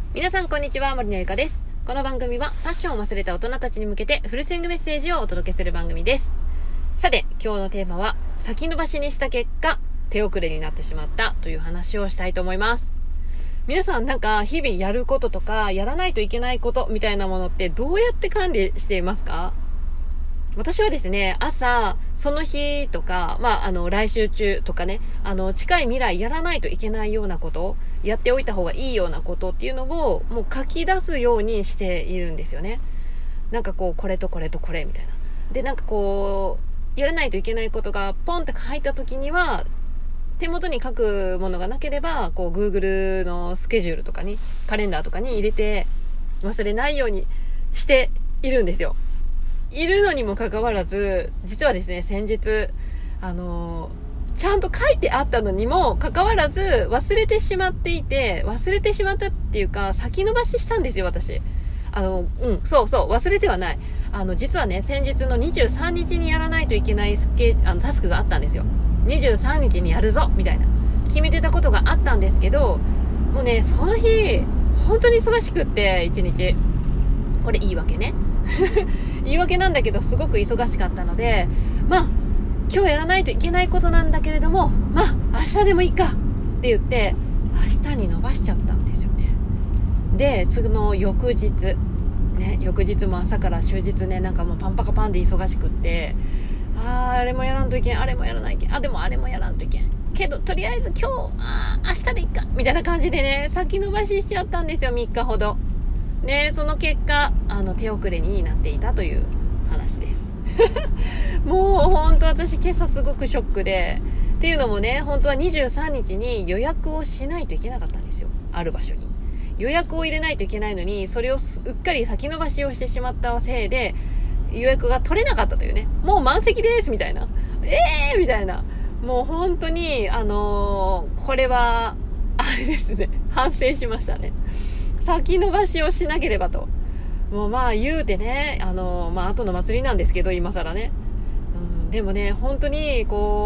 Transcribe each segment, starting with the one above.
皆さんこんにちは、森のゆかです。この番組はファッションを忘れた大人たちに向けてフルスイングメッセージをお届けする番組です。さて、今日のテーマは先延ばしにした結果手遅れになってしまったという話をしたいと思います。皆さん日々やることとかやらないといけないことみたいなものってどうやって管理していますか？私はですね、朝、その日とか、来週中とかね、近い未来やらないといけないようなこと、やっておいた方がいいようなことっていうのを、もう書き出すようにしているんですよね。これとこれとこれみたいな。で、やらないといけないことがポンって入った時には、手元に書くものがなければ、Google のスケジュールとかに、カレンダーとかに入れて、忘れないようにしているんですよ。いるのにもかかわらず、実はですね、先日、ちゃんと書いてあったのにもかかわらず、忘れてしまってっていうか、先延ばししたんですよ、私。忘れてはない。実はね、先日の23日にやらないといけないタスクがあったんですよ。23日にやるぞみたいな。決めてたことがあったんですけど、もうね、その日、本当に忙しくって、1日。これ言い訳ね。言い訳なんだけどすごく忙しかったので、今日やらないといけないことなんだけれども、明日でもいいかって言って明日に伸ばしちゃったんですよね。で、その翌日も朝から終日ね、もうパンパカパンで忙しくって、あれもやらんといけん、あれもやらないけん、でもあれもやらんといけんけど、とりあえず今日明日でいいかみたいな感じでね、先延ばししちゃったんですよ、3日ほどね。その結果手遅れになっていたという話ですもう本当私今朝すごくショックで、っていうのもね、本当は23日に予約をしないといけなかったんですよ。ある場所に予約を入れないといけないのに、それをうっかり先延ばしをしてしまったせいで予約が取れなかったというね。もう満席ですみたいな、みたいな。もう本当にこれはあれですね、反省しましたね。先延ばしをしなければと。もう言うてね、後の祭りなんですけど、今更ね。でもね、本当に日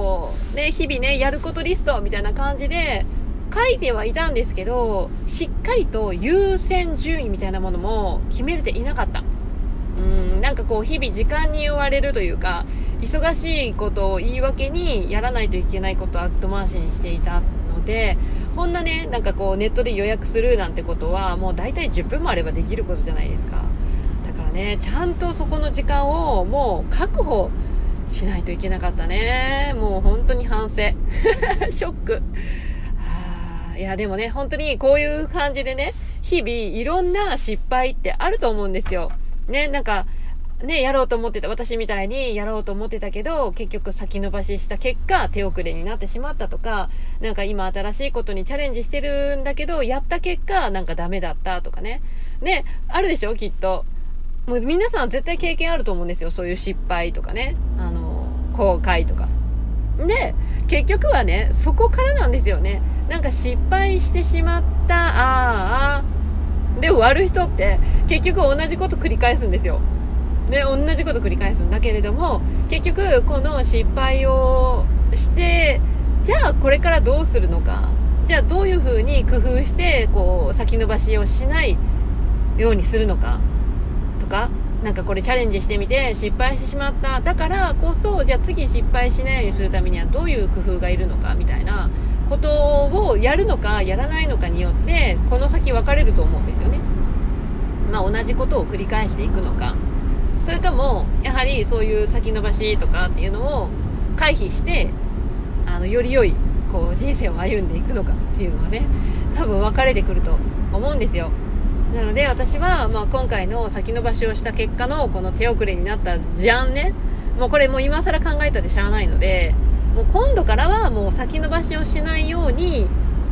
々ね、やることリストみたいな感じで書いてはいたんですけど、しっかりと優先順位みたいなものも決めれていなかった。日々時間に追われるというか、忙しいことを言い訳にやらないといけないことを後回しにしていたので、こんなね、ネットで予約するなんてことはもう大体10分もあればできることじゃないですか。だからね、ちゃんとそこの時間をもう確保しないといけなかったね。もう本当に反省ショック。いやでもね、本当にこういう感じでね、日々いろんな失敗ってあると思うんですよね。やろうと思ってた、私みたいにやろうと思ってたけど、結局先延ばしした結果手遅れになってしまったとか、今新しいことにチャレンジしてるんだけど、やった結果ダメだったとかね。あるでしょ、きっと。もう皆さん絶対経験あると思うんですよ。そういう失敗とかね、後悔とか。で、結局はね、そこからなんですよね。失敗してしまった、で終わる人って結局同じこと繰り返すんですよ。同じこと繰り返すんだけれども、結局この失敗をして、じゃあこれからどうするのか、じゃあどういう風に工夫して先延ばしをしないようにするのかとか、これチャレンジしてみて失敗してしまった、だからこそじゃあ次失敗しないようにするためにはどういう工夫がいるのかみたいなことをやるのかやらないのかによってこの先分かれると思うんですよね。同じことを繰り返していくのか、それともやはりそういう先延ばしとかっていうのを回避してより良い人生を歩んでいくのかっていうのはね、多分分かれてくると思うんですよ。なので私は今回の先延ばしをした結果のこの手遅れになったじゃんね、もうこれもう今更考えたでしゃあないので、もう今度からはもう先延ばしをしないように、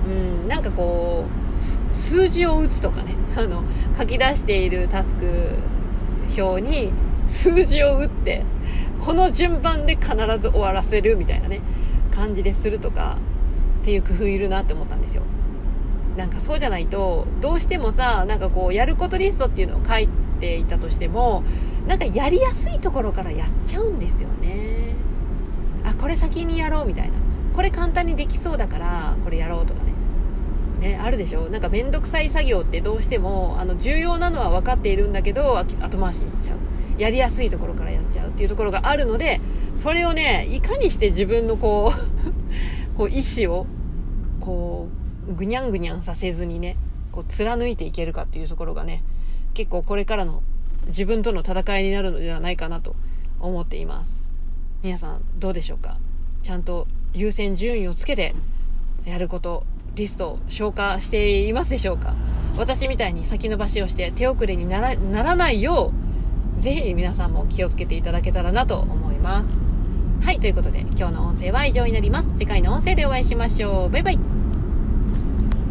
数字を打つとかね、書き出しているタスク表に数字を打って、この順番で必ず終わらせるみたいなね感じでするとかっていう工夫いるなって思ったんですよ。そうじゃないとどうしてもさ、やることリストっていうのを書いていたとしても、やりやすいところからやっちゃうんですよね。これ先にやろうみたいな、これ簡単にできそうだからこれやろうとかね。 ね、あるでしょ。なんかめんどくさい作業ってどうしても重要なのは分かっているんだけど後回しにしちゃう、やりやすいところからやっちゃうっていうところがあるので、それをねいかにして自分のこう意志をこうぐにゃんぐにゃんさせずにねこう貫いていけるかっていうところがね結構これからの自分との戦いになるのではないかなと思っています。皆さんどうでしょうか。ちゃんと優先順位をつけてやることリストを消化していますでしょうか。私みたいに先延ばしをして手遅れにならないようぜひ皆さんも気をつけていただけたらなと思います。はい、ということで今日の音声は以上になります。次回の音声でお会いしましょう。バイバイ。